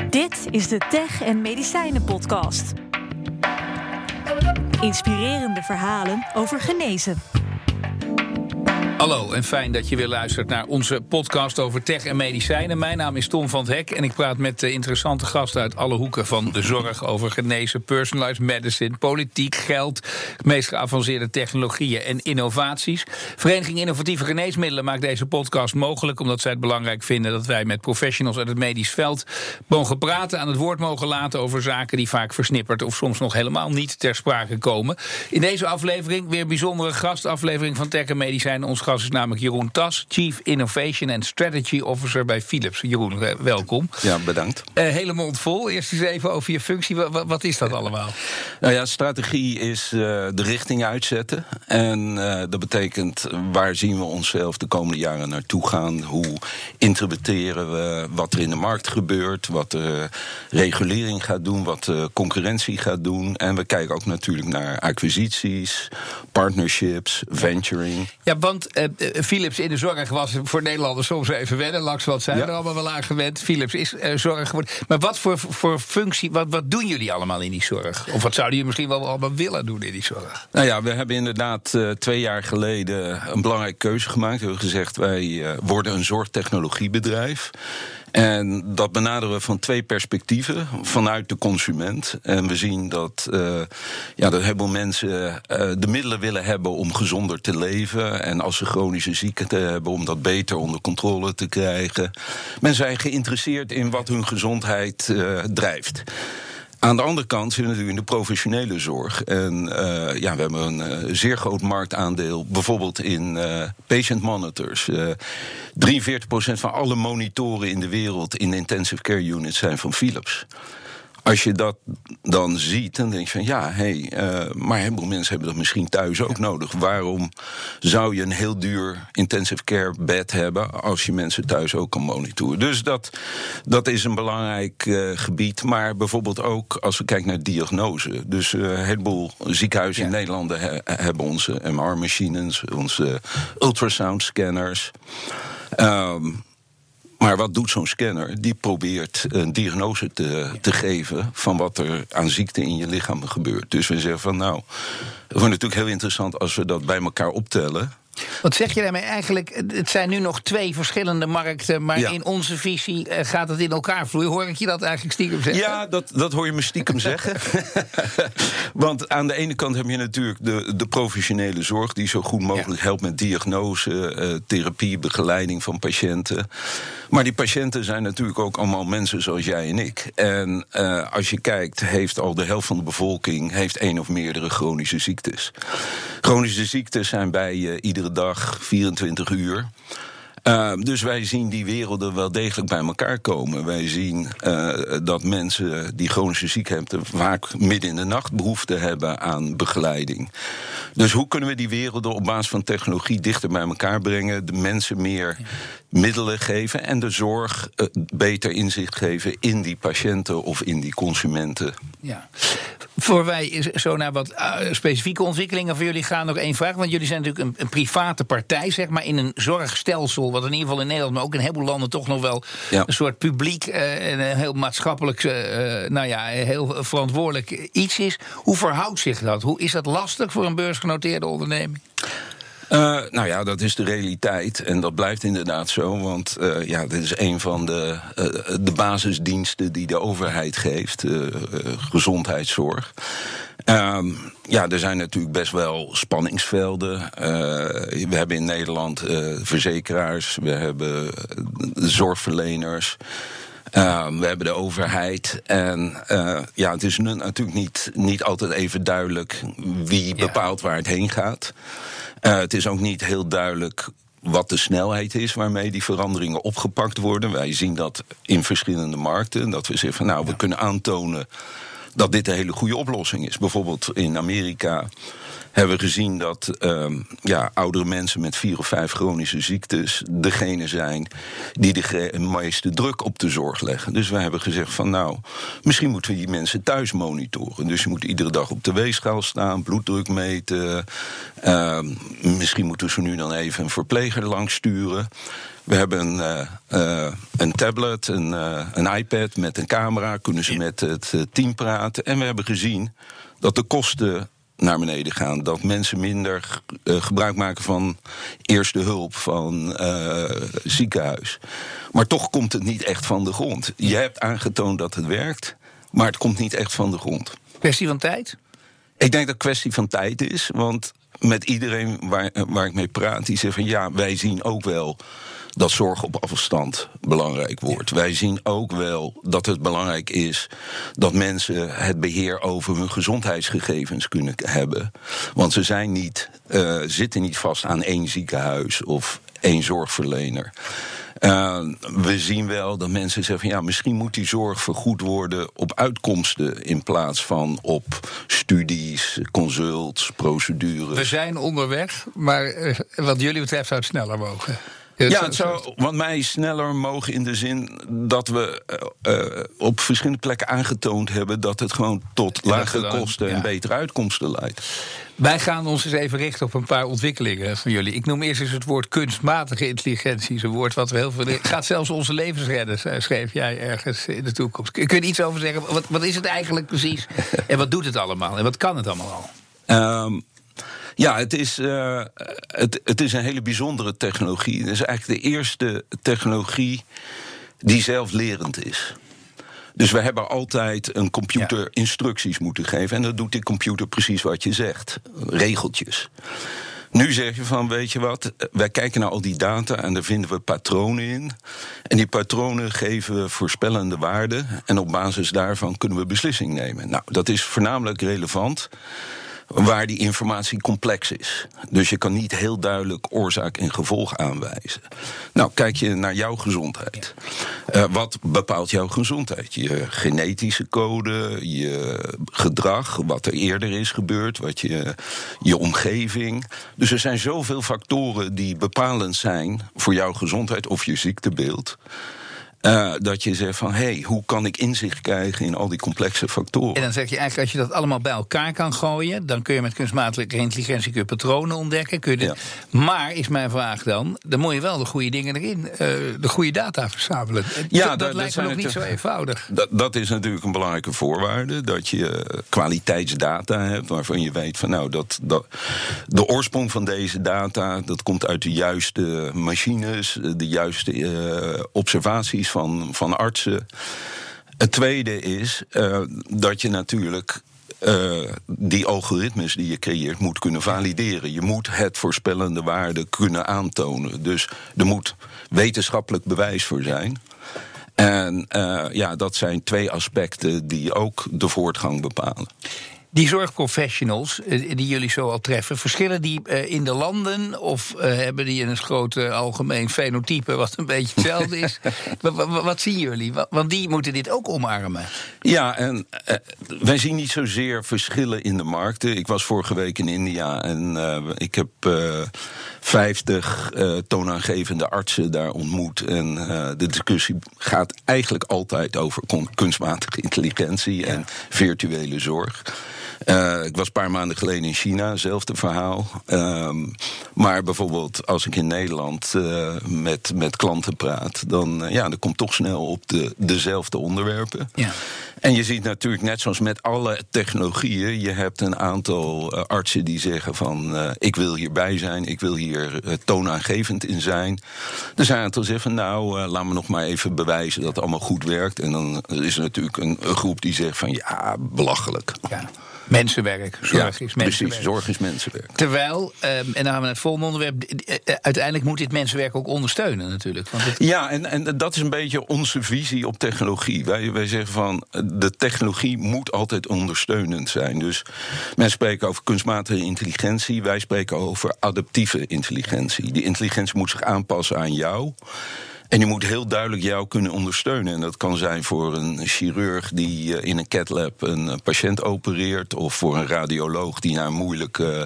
Dit is de Tech en Medicijnen podcast. Inspirerende verhalen over genezen. Hallo en fijn dat je weer luistert naar onze podcast over tech en medicijnen. Mijn naam is Tom van 't Hek en ik praat met interessante gasten uit alle hoeken van de zorg over genezen, personalized medicine, politiek, geld, meest geavanceerde technologieën en innovaties. Vereniging Innovatieve Geneesmiddelen maakt deze podcast mogelijk omdat zij het belangrijk vinden dat wij met professionals uit het medisch veld mogen praten, aan het woord mogen laten over zaken die vaak versnipperd of soms nog helemaal niet ter sprake komen. In deze aflevering weer een bijzondere gastaflevering van Tech en Medicijnen. Ons gast is namelijk Jeroen Tas, Chief Innovation and Strategy Officer bij Philips. Jeroen, welkom. Ja, bedankt. Hele mond vol. Eerst eens even over je functie. Wat is dat allemaal? Nou ja, strategie is de richting uitzetten. En dat betekent waar zien we onszelf de komende jaren naartoe gaan? Hoe interpreteren we wat er in de markt gebeurt? Wat de regulering gaat doen? Wat de concurrentie gaat doen? En we kijken ook natuurlijk naar acquisities, partnerships, venturing. Ja, want Philips in de zorg was voor Nederlanders soms even wennen. Langs wat zijn er allemaal wel aan gewend. Philips is zorg geworden. Maar wat voor functie, wat doen jullie allemaal in die zorg? Of wat zouden jullie misschien wel allemaal willen doen in die zorg? Nou ja, we hebben inderdaad 2 jaar geleden een belangrijke keuze gemaakt. We hebben gezegd, wij worden een zorgtechnologiebedrijf. En dat benaderen we van 2 perspectieven. Vanuit de consument. En we zien dat heel veel mensen de middelen willen hebben om gezonder te leven. En als ze chronische ziekte hebben, om dat beter onder controle te krijgen. Mensen zijn geïnteresseerd in wat hun gezondheid drijft. Aan de andere kant zitten we natuurlijk in de professionele zorg. En we hebben een zeer groot marktaandeel, bijvoorbeeld in patient monitors. 43% van alle monitoren in de wereld in intensive care units zijn van Philips. Als je dat dan ziet, dan denk je van maar heel veel mensen hebben dat misschien thuis ook nodig. Waarom zou je een heel duur intensive care bed hebben als je mensen thuis ook kan monitoren? Dus dat is een belangrijk gebied. Maar bijvoorbeeld ook als we kijken naar diagnose. Dus een heleboel ziekenhuizen in Nederland hebben onze MR-machines, onze ultrasound scanners. Maar wat doet zo'n scanner? Die probeert een diagnose te geven van wat er aan ziekte in je lichaam gebeurt. Dus we zeggen van het wordt natuurlijk heel interessant als we dat bij elkaar optellen. Wat zeg je daarmee eigenlijk? Het zijn nu nog 2 verschillende markten, maar in onze visie gaat het in elkaar vloeien. Hoor ik je dat eigenlijk stiekem zeggen? Ja, dat hoor je me stiekem zeggen. Want aan de ene kant heb je natuurlijk de professionele zorg die zo goed mogelijk helpt met diagnose, therapie, begeleiding van patiënten. Maar die patiënten zijn natuurlijk ook allemaal mensen zoals jij en ik. En als je kijkt, heeft al de helft van de bevolking heeft 1 of meerdere chronische ziektes. Chronische ziektes zijn bij je iedere dag 24 uur. Dus wij zien die werelden wel degelijk bij elkaar komen. Wij zien dat mensen die chronische ziekte hebben vaak midden in de nacht behoefte hebben aan begeleiding. Dus hoe kunnen we die werelden op basis van technologie dichter bij elkaar brengen, de mensen meer middelen geven en de zorg beter inzicht geven in die patiënten of in die consumenten? Ja. Voor wij zo naar wat specifieke ontwikkelingen voor jullie gaan, nog 1 vraag. Want jullie zijn natuurlijk een private partij, zeg maar, in een zorgstelsel, wat in ieder geval in Nederland, maar ook in heel veel landen toch nog wel een soort publiek en een heel maatschappelijk, heel verantwoordelijk iets is. Hoe verhoudt zich dat? Hoe is dat lastig voor een beursgenoteerde onderneming? Dat is de realiteit. En dat blijft inderdaad zo. Want dit is een van de basisdiensten die de overheid geeft. Gezondheidszorg. Er zijn natuurlijk best wel spanningsvelden. We hebben in Nederland verzekeraars. We hebben zorgverleners. We hebben de overheid. En het is natuurlijk niet altijd even duidelijk wie bepaalt waar het heen gaat. Het is ook niet heel duidelijk wat de snelheid is waarmee die veranderingen opgepakt worden. Wij zien dat in verschillende markten. Dat we zeggen van we kunnen aantonen dat dit een hele goede oplossing is. Bijvoorbeeld in Amerika hebben we gezien dat oudere mensen met 4 of 5 chronische ziektes degene zijn die de meeste druk op de zorg leggen. Dus wij hebben gezegd van misschien moeten we die mensen thuis monitoren. Dus je moet iedere dag op de weegschaal staan, bloeddruk meten. Misschien moeten we zo nu dan even een verpleger langs sturen. We hebben een tablet, een iPad met een camera, kunnen ze met het team praten. En we hebben gezien dat de kosten naar beneden gaan. Dat mensen minder gebruik maken van eerste hulp, van ziekenhuis. Maar toch komt het niet echt van de grond. Je hebt aangetoond dat het werkt, maar het komt niet echt van de grond. Kwestie van tijd? Ik denk dat het kwestie van tijd is, want met iedereen waar ik mee praat, die zegt van wij zien ook wel dat zorg op afstand belangrijk wordt. Wij zien ook wel dat het belangrijk is dat mensen het beheer over hun gezondheidsgegevens kunnen hebben. Want ze zitten niet vast aan 1 ziekenhuis of 1 zorgverlener. We zien wel dat mensen zeggen van misschien moet die zorg vergoed worden op uitkomsten in plaats van op studies, consults, procedures. We zijn onderweg, maar wat jullie betreft zou het sneller mogen. Het zou wat mij sneller mogen in de zin dat we op verschillende plekken aangetoond hebben dat het gewoon tot lagere kosten en betere uitkomsten leidt. Wij gaan ons eens even richten op een paar ontwikkelingen van jullie. Ik noem eerst eens het woord kunstmatige intelligentie. Is een woord wat we heel veel... gaat zelfs onze levens redden, schreef jij ergens in de toekomst. Kun je iets over zeggen? Wat is het eigenlijk precies? En wat doet het allemaal? En wat kan het allemaal al? Het is een hele bijzondere technologie. Het is eigenlijk de eerste technologie die zelflerend is. Dus we hebben altijd een computer instructies moeten geven. En dat doet die computer precies wat je zegt. Regeltjes. Nu zeg je van, weet je wat, wij kijken naar al die data en daar vinden we patronen in. En die patronen geven we voorspellende waarden. En op basis daarvan kunnen we beslissing nemen. Nou, dat is voornamelijk relevant waar die informatie complex is. Dus je kan niet heel duidelijk oorzaak en gevolg aanwijzen. Nou, kijk je naar jouw gezondheid. Wat bepaalt jouw gezondheid? Je genetische code, je gedrag, wat er eerder is gebeurd, je omgeving. Dus er zijn zoveel factoren die bepalend zijn voor jouw gezondheid of je ziektebeeld. Dat je zegt van, hoe kan ik inzicht krijgen in al die complexe factoren? En dan zeg je eigenlijk, als je dat allemaal bij elkaar kan gooien, dan kun je met kunstmatige intelligentie patronen ontdekken. Maar, is mijn vraag dan moet je wel de goede dingen erin, de goede data verzamelen. Dat lijkt me nog niet zo eenvoudig. Dat is natuurlijk een belangrijke voorwaarde, dat je kwaliteitsdata hebt, waarvan je weet van, dat de oorsprong van deze data, dat komt uit de juiste machines, de juiste observaties van artsen. Het tweede is dat je natuurlijk die algoritmes die je creëert moet kunnen valideren. Je moet het voorspellende waarde kunnen aantonen. Dus er moet wetenschappelijk bewijs voor zijn. En dat zijn 2 aspecten die ook de voortgang bepalen. Die zorgprofessionals die jullie zo al treffen, verschillen die in de landen of hebben die een groot algemeen fenotype wat een beetje hetzelfde is? Wat zien jullie? Want die moeten dit ook omarmen. Ja, en wij zien niet zozeer verschillen in de markten. Ik was vorige week in India en ik heb 50 toonaangevende artsen daar ontmoet. En de discussie gaat eigenlijk altijd over kunstmatige intelligentie en virtuele zorg. Ik was een paar maanden geleden in China, hetzelfde verhaal. Maar bijvoorbeeld als ik in Nederland met klanten praat, dan komt toch snel op dezelfde onderwerpen. Ja. En je ziet natuurlijk, net zoals met alle technologieën, je hebt een aantal artsen die zeggen van, ik wil hierbij zijn, ik wil hier toonaangevend in zijn. Er zijn een aantal die zeggen van, laat me nog maar even bewijzen dat het allemaal goed werkt. En dan is er natuurlijk een groep die zegt van, belachelijk. Ja. Mensenwerk. Zorg is mensenwerk. Precies, zorg is mensenwerk. Terwijl, en dan gaan we naar het volgende onderwerp, uiteindelijk moet dit mensenwerk ook ondersteunen natuurlijk. Want Ja, en dat is een beetje onze visie op technologie. Wij zeggen van, de technologie moet altijd ondersteunend zijn. Dus mensen spreken over kunstmatige intelligentie, wij spreken over adaptieve intelligentie. Die intelligentie moet zich aanpassen aan jou. En die moet heel duidelijk jou kunnen ondersteunen. En dat kan zijn voor een chirurg die in een cath lab een patiënt opereert, of voor een radioloog die naar een moeilijke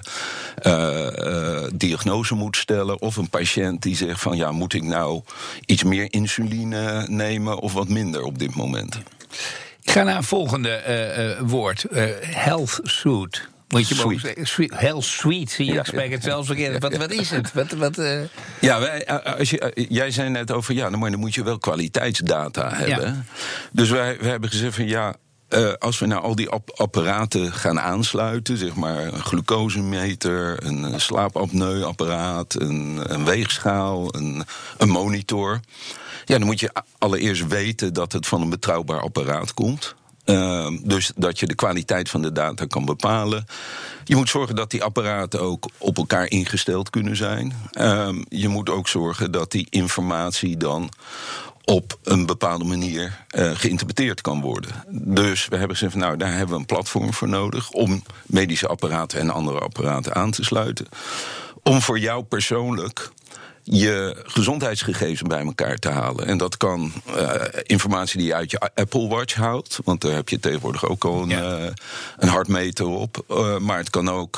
diagnose moet stellen, of een patiënt die zegt van ja, moet ik nou iets meer insuline nemen of wat minder op dit moment. Ik ga naar een volgende woord. Health suite. Moet je ook zeggen, Health suite, zie je, ik spreek het zelfs verkeerd. Wat is het? Ja, jij zei net over, ja, maar dan moet je wel kwaliteitsdata hebben. Ja. Dus wij hebben gezegd van ja, als we nou al die apparaten gaan aansluiten, zeg maar een glucosemeter, een slaapapneuapparaat, een weegschaal, een monitor, ja, dan moet je allereerst weten dat het van een betrouwbaar apparaat komt. Dus dat je de kwaliteit van de data kan bepalen. Je moet zorgen dat die apparaten ook op elkaar ingesteld kunnen zijn. Je moet ook zorgen dat die informatie dan op een bepaalde manier geïnterpreteerd kan worden. Dus we hebben gezegd van nou, daar hebben we een platform voor nodig om medische apparaten en andere apparaten aan te sluiten. Om voor jou persoonlijk je gezondheidsgegevens bij elkaar te halen. En dat kan informatie die je uit je Apple Watch houdt, want daar heb je tegenwoordig ook al een hartmeter op. Maar het kan ook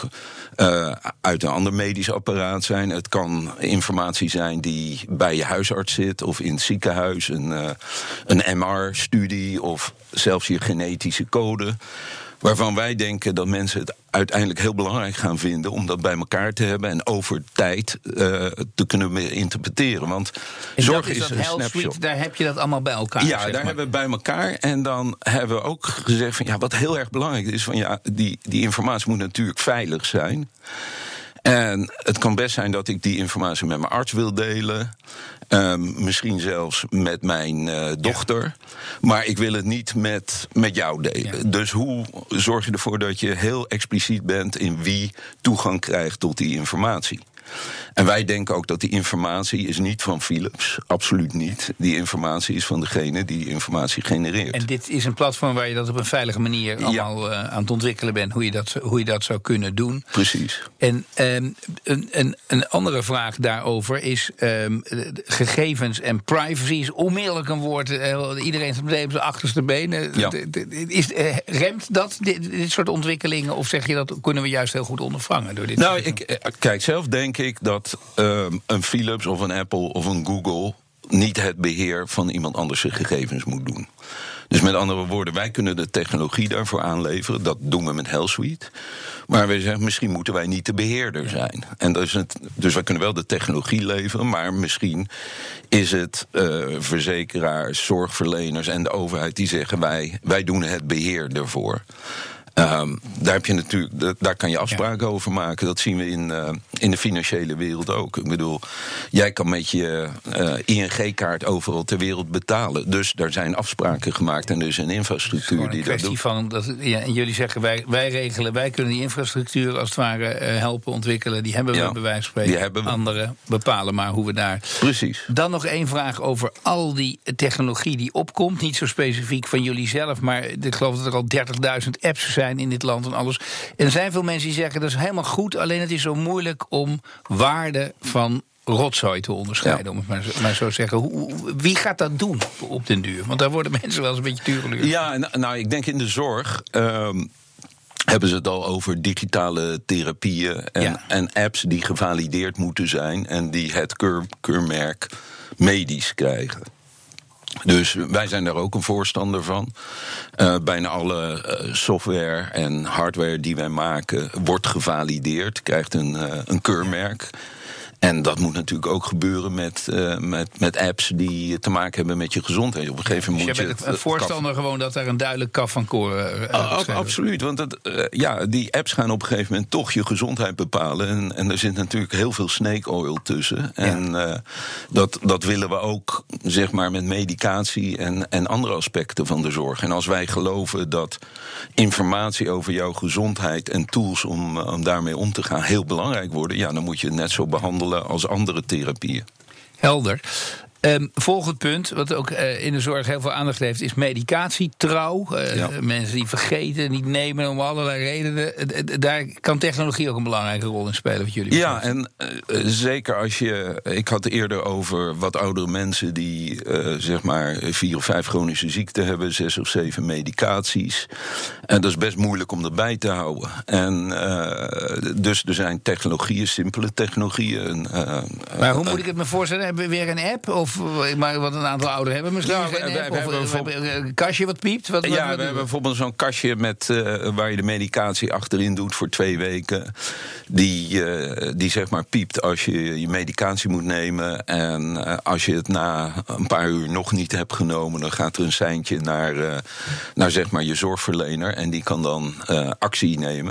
uit een ander medisch apparaat zijn. Het kan informatie zijn die bij je huisarts zit of in het ziekenhuis, een MR-studie of zelfs je genetische code, waarvan wij denken dat mensen het uiteindelijk heel belangrijk gaan vinden om dat bij elkaar te hebben en over tijd te kunnen interpreteren. Want zorg is een snapshot. Daar heb je dat allemaal bij elkaar. Ja, daar hebben we bij elkaar. En dan hebben we ook gezegd van ja, wat heel erg belangrijk is, van ja, die informatie moet natuurlijk veilig zijn. En het kan best zijn dat ik die informatie met mijn arts wil delen. Misschien zelfs met mijn dochter. Ja. Maar ik wil het niet met jou delen. Ja. Dus hoe zorg je ervoor dat je heel expliciet bent in wie toegang krijgt tot die informatie? En wij denken ook dat die informatie is niet van Philips. Absoluut niet. Die informatie is van degene die informatie genereert. En dit is een platform waar je dat op een veilige manier allemaal aan het ontwikkelen bent. Hoe je dat zou kunnen doen. Precies. En een andere vraag daarover is gegevens en privacy is onmiddellijk een woord. Iedereen heeft meteen op zijn achterste benen. Ja. Remt dat, dit soort ontwikkelingen? Of zeg je dat kunnen we juist heel goed ondervangen door dit? Nou, kijk, zelf denk ik dat een Philips of een Apple of een Google niet het beheer van iemand anders zijn gegevens moet doen. Dus met andere woorden, wij kunnen de technologie daarvoor aanleveren. Dat doen we met HealthSuite. Maar wij zeggen, misschien moeten wij niet de beheerder zijn. En dus wij kunnen wel de technologie leveren, maar misschien is het verzekeraars, zorgverleners en de overheid die zeggen wij doen het beheer ervoor. Daar kan je afspraken over maken. Dat zien we in de financiële wereld ook. Ik bedoel, jij kan met je ING-kaart overal ter wereld betalen. Dus daar zijn afspraken gemaakt en er is een infrastructuur die dat doet. En jullie zeggen, wij kunnen die infrastructuur als het ware helpen ontwikkelen. Die hebben we bij wijze van spreken. Anderen bepalen maar hoe we daar. Precies. Dan nog één vraag over al die technologie die opkomt. Niet zo specifiek van jullie zelf, maar ik geloof dat er al 30.000 apps zijn in dit land en alles. En er zijn veel mensen die zeggen dat is helemaal goed, alleen het is zo moeilijk om waarde van rotzooi te onderscheiden, om het maar zo te zeggen. Wie gaat dat doen op den duur? Want daar worden mensen wel eens een beetje tureluur. Ja, nou, ik denk in de zorg hebben ze het al over digitale therapieën en apps die gevalideerd moeten zijn en die het keurmerk medisch krijgen. Dus wij zijn daar ook een voorstander van. Bijna alle software en hardware die wij maken wordt gevalideerd, krijgt een keurmerk. En dat moet natuurlijk ook gebeuren met apps die te maken hebben met je gezondheid. Op een gegeven moment dus je bent een voorstander gewoon dat er een duidelijk kaf van koren absoluut, want die apps gaan op een gegeven moment toch je gezondheid bepalen. En er zit natuurlijk heel veel snake oil tussen. En dat willen we ook, zeg maar, met medicatie en andere aspecten van de zorg. En als wij geloven dat informatie over jouw gezondheid en tools om daarmee om te gaan heel belangrijk worden, dan moet je het net zo behandelen als andere therapieën. Helder. Volgend punt, wat ook in de zorg heel veel aandacht heeft, is medicatietrouw. Mensen die vergeten, niet nemen om allerlei redenen. Daar kan technologie ook een belangrijke rol in spelen, wat jullie betreft. En zeker als je... Ik had het eerder over wat oudere mensen die zeg maar 4 of 5 chronische ziekten hebben, 6 of 7 medicaties. En dat is best moeilijk om dat bij te houden. En dus er zijn technologieën, simpele technologieën. Maar hoe moet ik het me voorstellen? Hebben we weer een app? Of maar wat een aantal ouderen hebben misschien een kastje wat piept? We hebben bijvoorbeeld zo'n kastje met waar je de medicatie achterin doet voor 2 weken. Die zeg maar piept als je je medicatie moet nemen. En als je het na een paar uur nog niet hebt genomen, dan gaat er een seintje naar zeg maar je zorgverlener. En die kan dan actie nemen.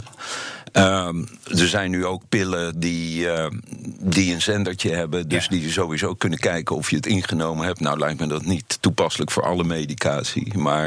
Er zijn nu ook pillen die een zendertje hebben, dus die sowieso kunnen kijken of je het ingenomen hebt. Nou, lijkt me dat niet toepasselijk voor alle medicatie. Maar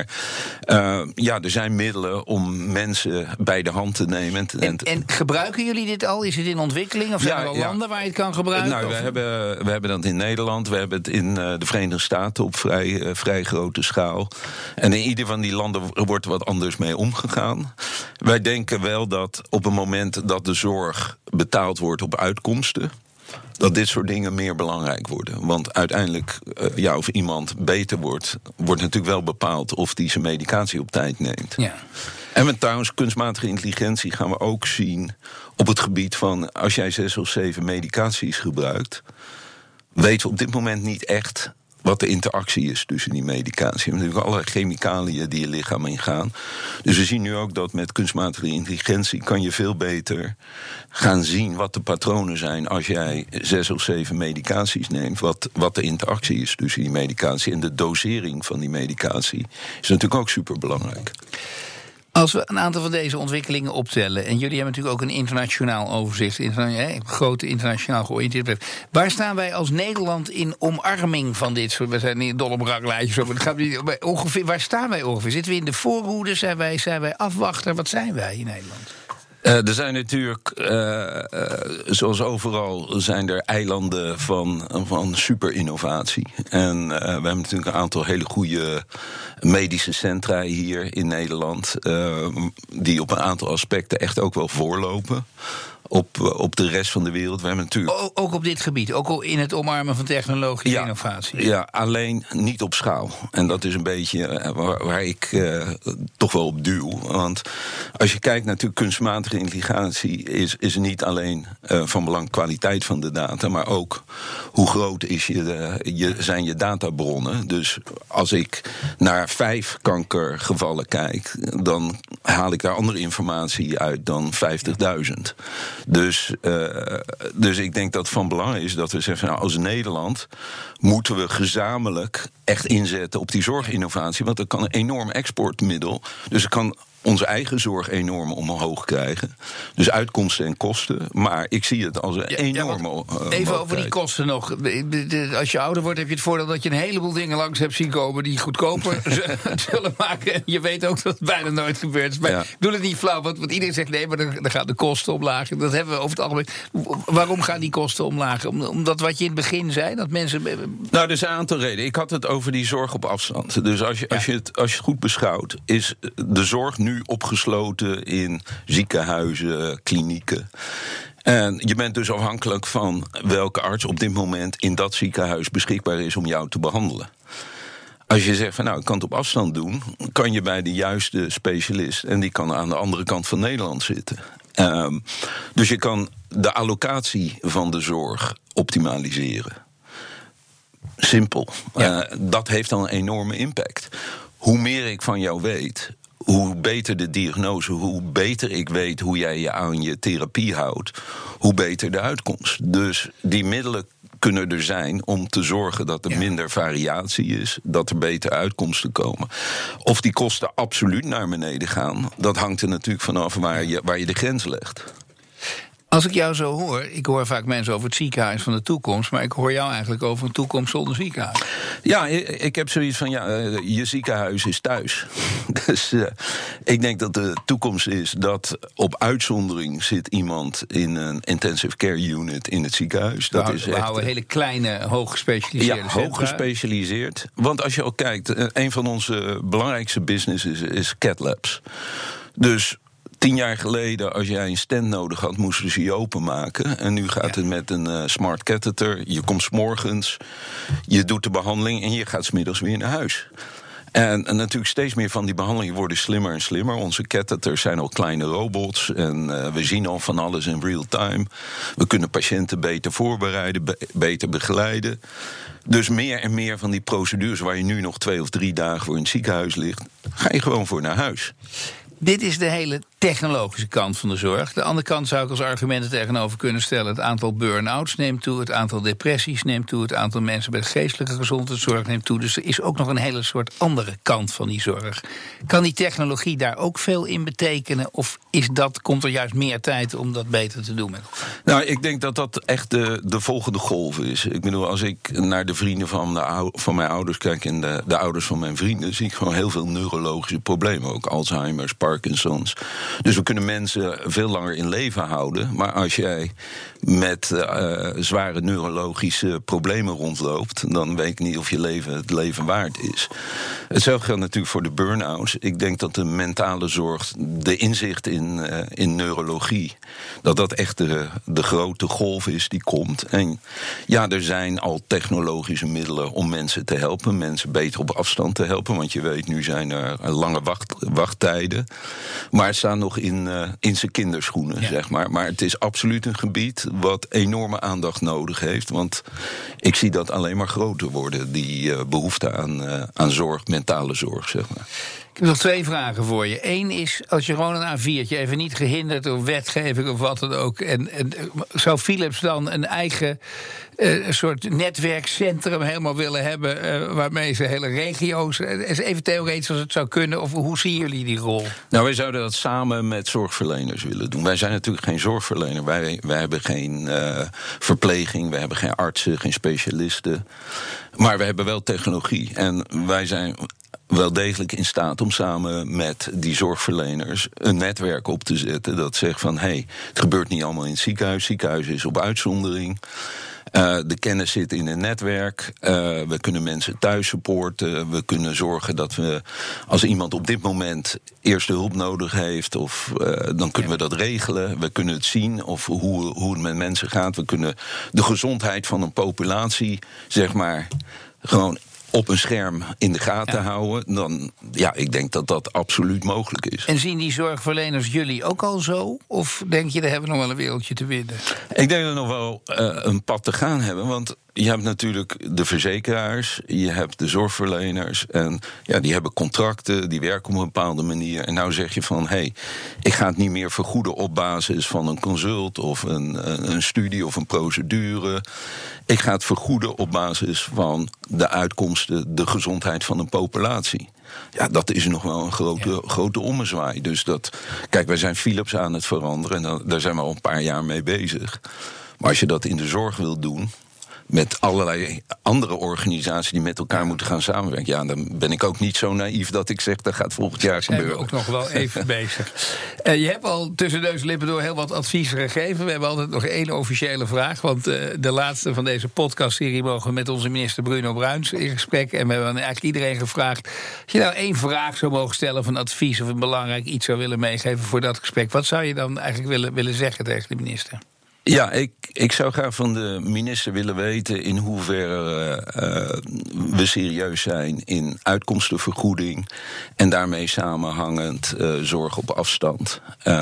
er zijn middelen om mensen bij de hand te nemen. En gebruiken jullie dit al? Is het in ontwikkeling? Of zijn er al landen waar je het kan gebruiken? Nou, we hebben dat in Nederland. We hebben het in de Verenigde Staten op vrij grote schaal. En in ieder van die landen wordt er wat anders mee omgegaan. Wij denken wel dat op een moment dat de zorg betaald wordt op uitkomsten, dat dit soort dingen meer belangrijk worden. Want uiteindelijk, of iemand beter wordt natuurlijk wel bepaald of die zijn medicatie op tijd neemt. Ja. En met trouwens kunstmatige intelligentie gaan we ook zien op het gebied van, als jij 6 of 7 medicaties gebruikt, weten we op dit moment niet echt wat de interactie is tussen die medicatie. We hebben natuurlijk allerlei chemicaliën die je lichaam ingaan. Dus we zien nu ook dat met kunstmatige intelligentie kan je veel beter gaan zien wat de patronen zijn als jij 6 of 7 medicaties neemt. Wat de interactie is tussen die medicatie. En de dosering van die medicatie is natuurlijk ook superbelangrijk. Als we een aantal van deze ontwikkelingen optellen, en jullie hebben natuurlijk ook een internationaal overzicht, grote internationaal georiënteerd bedrijf. Waar staan wij als Nederland in omarming van dit soort? We zijn niet dol op ranglijstjes, ongeveer. Waar staan wij ongeveer? Zitten we in de voorhoede? Zijn wij afwachter? Wat zijn wij in Nederland? Er zijn natuurlijk, zoals overal, zijn er eilanden van super-innovatie. En we hebben natuurlijk een aantal hele goede medische centra hier in Nederland, die op een aantal aspecten echt ook wel voorlopen op de rest van de wereld. We hebben natuurlijk ook op dit gebied, ook in het omarmen van technologische innovatie. Ja, alleen niet op schaal. En dat is een beetje waar ik toch wel op duw. Want als je kijkt natuurlijk, kunstmatige intelligentie is niet alleen van belang kwaliteit van de data, maar ook hoe groot zijn je databronnen. Dus als ik naar 5 kankergevallen kijk, dan haal ik daar andere informatie uit dan 50.000. Dus ik denk dat het van belang is dat we zeggen, nou, als Nederland moeten we gezamenlijk echt inzetten op die zorginnovatie. Want dat kan een enorm exportmiddel. Dus het kan onze eigen zorg enorm omhoog krijgen. Dus uitkomsten en kosten. Maar ik zie het als een enorme even over die kosten nog. Als je ouder wordt heb je het voordeel dat je een heleboel dingen langs hebt zien komen die goedkoper zullen maken. En je weet ook dat het bijna nooit gebeurt. Maar ik bedoel het niet flauw, want iedereen zegt nee, maar dan gaan de kosten omlaag. Dat hebben we over het algemeen. Waarom gaan die kosten omlaag? Omdat wat je in het begin zei, dat mensen... Nou, er zijn een aantal redenen. Ik had het over die zorg op afstand. Dus als je het goed beschouwt, is de zorg nu opgesloten in ziekenhuizen, klinieken. En je bent dus afhankelijk van welke arts op dit moment in dat ziekenhuis beschikbaar is om jou te behandelen. Als je zegt van nou, ik kan het op afstand doen, kan je bij de juiste specialist, en die kan aan de andere kant van Nederland zitten. Dus je kan de allocatie van de zorg optimaliseren. Simpel. Dat heeft dan een enorme impact. Hoe meer ik van jou weet, hoe beter de diagnose, hoe beter ik weet hoe jij je aan je therapie houdt, hoe beter de uitkomst. Dus die middelen kunnen er zijn om te zorgen dat er minder variatie is, dat er betere uitkomsten komen. Of die kosten absoluut naar beneden gaan, dat hangt er natuurlijk vanaf waar je de grens legt. Als ik jou zo hoor, ik hoor vaak mensen over het ziekenhuis van de toekomst, maar ik hoor jou eigenlijk over een toekomst zonder ziekenhuis. Ja, ik heb zoiets van, je ziekenhuis is thuis. Dus ik denk dat de toekomst is dat op uitzondering zit iemand in een intensive care unit in het ziekenhuis. Dat is we houden hele kleine, hooggespecialiseerde centra. Ja, hooggespecialiseerd. Want als je ook kijkt, een van onze belangrijkste businesses is Cath Labs. Dus 10 jaar geleden, als jij een stent nodig had, moesten ze je openmaken. En nu gaat het met een smart catheter. Je komt 's morgens, je doet de behandeling en je gaat 's middags weer naar huis. En natuurlijk steeds meer van die behandelingen worden slimmer en slimmer. Onze catheters zijn al kleine robots en we zien al van alles in real time. We kunnen patiënten beter voorbereiden, beter begeleiden. Dus meer en meer van die procedures waar je nu nog 2 of 3 dagen voor in het ziekenhuis ligt, ga je gewoon voor naar huis. Dit is de hele technologische kant van de zorg. De andere kant zou ik als argumenten tegenover kunnen stellen: het aantal burn-outs neemt toe, het aantal depressies neemt toe, het aantal mensen met geestelijke gezondheidszorg neemt toe. Dus er is ook nog een hele soort andere kant van die zorg. Kan die technologie daar ook veel in betekenen? Of komt er juist meer tijd om dat beter te doen met elkaar? Nou, ik denk dat dat echt de volgende golf is. Ik bedoel, als ik naar de vrienden van mijn ouders kijk en de ouders van mijn vrienden, zie ik gewoon heel veel neurologische problemen. Ook Alzheimer's, Parkinson's. Dus we kunnen mensen veel langer in leven houden. Maar als jij met zware neurologische problemen rondloopt, dan weet ik niet of je leven het leven waard is. Hetzelfde geldt natuurlijk voor de burn-outs. Ik denk dat de mentale zorg, de inzicht in neurologie, dat echt de grote golf is die komt. En ja, er zijn al technologische middelen om mensen te helpen, mensen beter op afstand te helpen. Want je weet, nu zijn er lange wachttijden. Maar het staat nog in zijn kinderschoenen, zeg maar. Maar het is absoluut een gebied wat enorme aandacht nodig heeft. Want ik zie dat alleen maar groter worden, die behoefte aan zorg, mentale zorg, zeg maar. Ik heb nog 2 vragen voor je. Eén is, als je gewoon een A4'tje, even niet gehinderd door wetgeving of wat dan ook, en zou Philips dan een eigen soort netwerkcentrum helemaal willen hebben, waarmee ze hele regio's, even theoretisch als het zou kunnen, of hoe zien jullie die rol? Nou, wij zouden dat samen met zorgverleners willen doen. Wij zijn natuurlijk geen zorgverlener. Wij hebben geen verpleging, wij hebben geen artsen, geen specialisten. Maar we hebben wel technologie. En wij zijn wel degelijk in staat om samen met die zorgverleners een netwerk op te zetten dat zegt van, het gebeurt niet allemaal in het ziekenhuis. Het ziekenhuis is op uitzondering. De kennis zit in een netwerk. We kunnen mensen thuis supporten. We kunnen zorgen dat we, als iemand op dit moment eerste hulp nodig heeft, dan kunnen we dat regelen. We kunnen het zien of hoe het met mensen gaat. We kunnen de gezondheid van een populatie, zeg maar, gewoon op een scherm in de gaten houden, dan, ik denk dat dat absoluut mogelijk is. En zien die zorgverleners jullie ook al zo? Of denk je, daar hebben we nog wel een wereldje te winnen? Ik denk dat we nog wel een pad te gaan hebben, want je hebt natuurlijk de verzekeraars, je hebt de zorgverleners, en die hebben contracten, die werken op een bepaalde manier. En nou zeg je van, ik ga het niet meer vergoeden op basis van een consult of een studie of een procedure. Ik ga het vergoeden op basis van de uitkomsten, de gezondheid van een populatie. Ja, dat is nog wel een grote ommezwaai. Dus kijk, wij zijn Philips aan het veranderen en daar zijn we al een paar jaar mee bezig. Maar als je dat in de zorg wil doen, met allerlei andere organisaties die met elkaar moeten gaan samenwerken, dan ben ik ook niet zo naïef dat ik zeg, dat gaat volgend jaar gebeuren. Zijn we ook nog wel even bezig. Je hebt al tussen neus en lippen door heel wat adviezen gegeven. We hebben altijd nog 1 officiële vraag, want de laatste van deze podcastserie mogen we met onze minister Bruno Bruins in gesprek. En we hebben eigenlijk iedereen gevraagd, als je nou 1 vraag zou mogen stellen of een advies of een belangrijk iets zou willen meegeven voor dat gesprek, wat zou je dan eigenlijk willen zeggen tegen de minister? Ja, ik zou graag van de minister willen weten in hoeverre we serieus zijn in uitkomstenvergoeding en daarmee samenhangend zorg op afstand.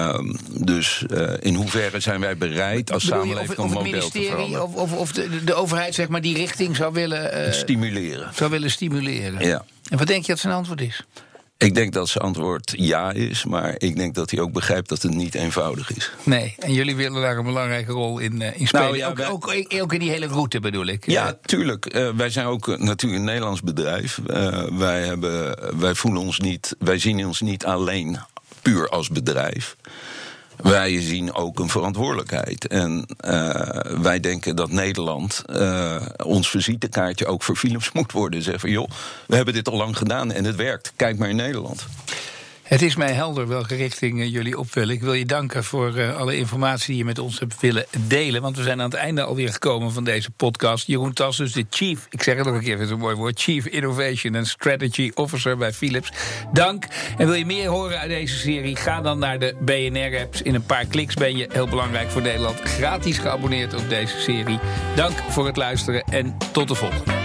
Dus in hoeverre zijn wij bereid als samenleving om model te veranderen? Of de overheid, zeg maar, die richting zou willen stimuleren. Zou willen stimuleren. Ja. En wat denk je dat zijn antwoord is? Ik denk dat zijn antwoord ja is, maar ik denk dat hij ook begrijpt dat het niet eenvoudig is. Nee, en jullie willen daar een belangrijke rol in spelen. Nou, ook in die hele route bedoel ik. Ja, tuurlijk. Wij zijn ook natuurlijk een Nederlands bedrijf. Wij zien ons niet alleen puur als bedrijf. Wij zien ook een verantwoordelijkheid. En wij denken dat Nederland ons visitekaartje ook voor Philips moet worden. Zeggen van, joh, we hebben dit al lang gedaan en het werkt. Kijk maar in Nederland. Het is mij helder welke richting jullie op willen. Ik wil je danken voor alle informatie die je met ons hebt willen delen. Want we zijn aan het einde alweer gekomen van deze podcast. Jeroen Tas, dus de Chief, ik zeg het nog een keer, het is een mooi woord, Chief Innovation and Strategy Officer bij Philips. Dank. En wil je meer horen uit deze serie? Ga dan naar de BNR-apps. In een paar kliks ben je, heel belangrijk voor Nederland, gratis geabonneerd op deze serie. Dank voor het luisteren en tot de volgende.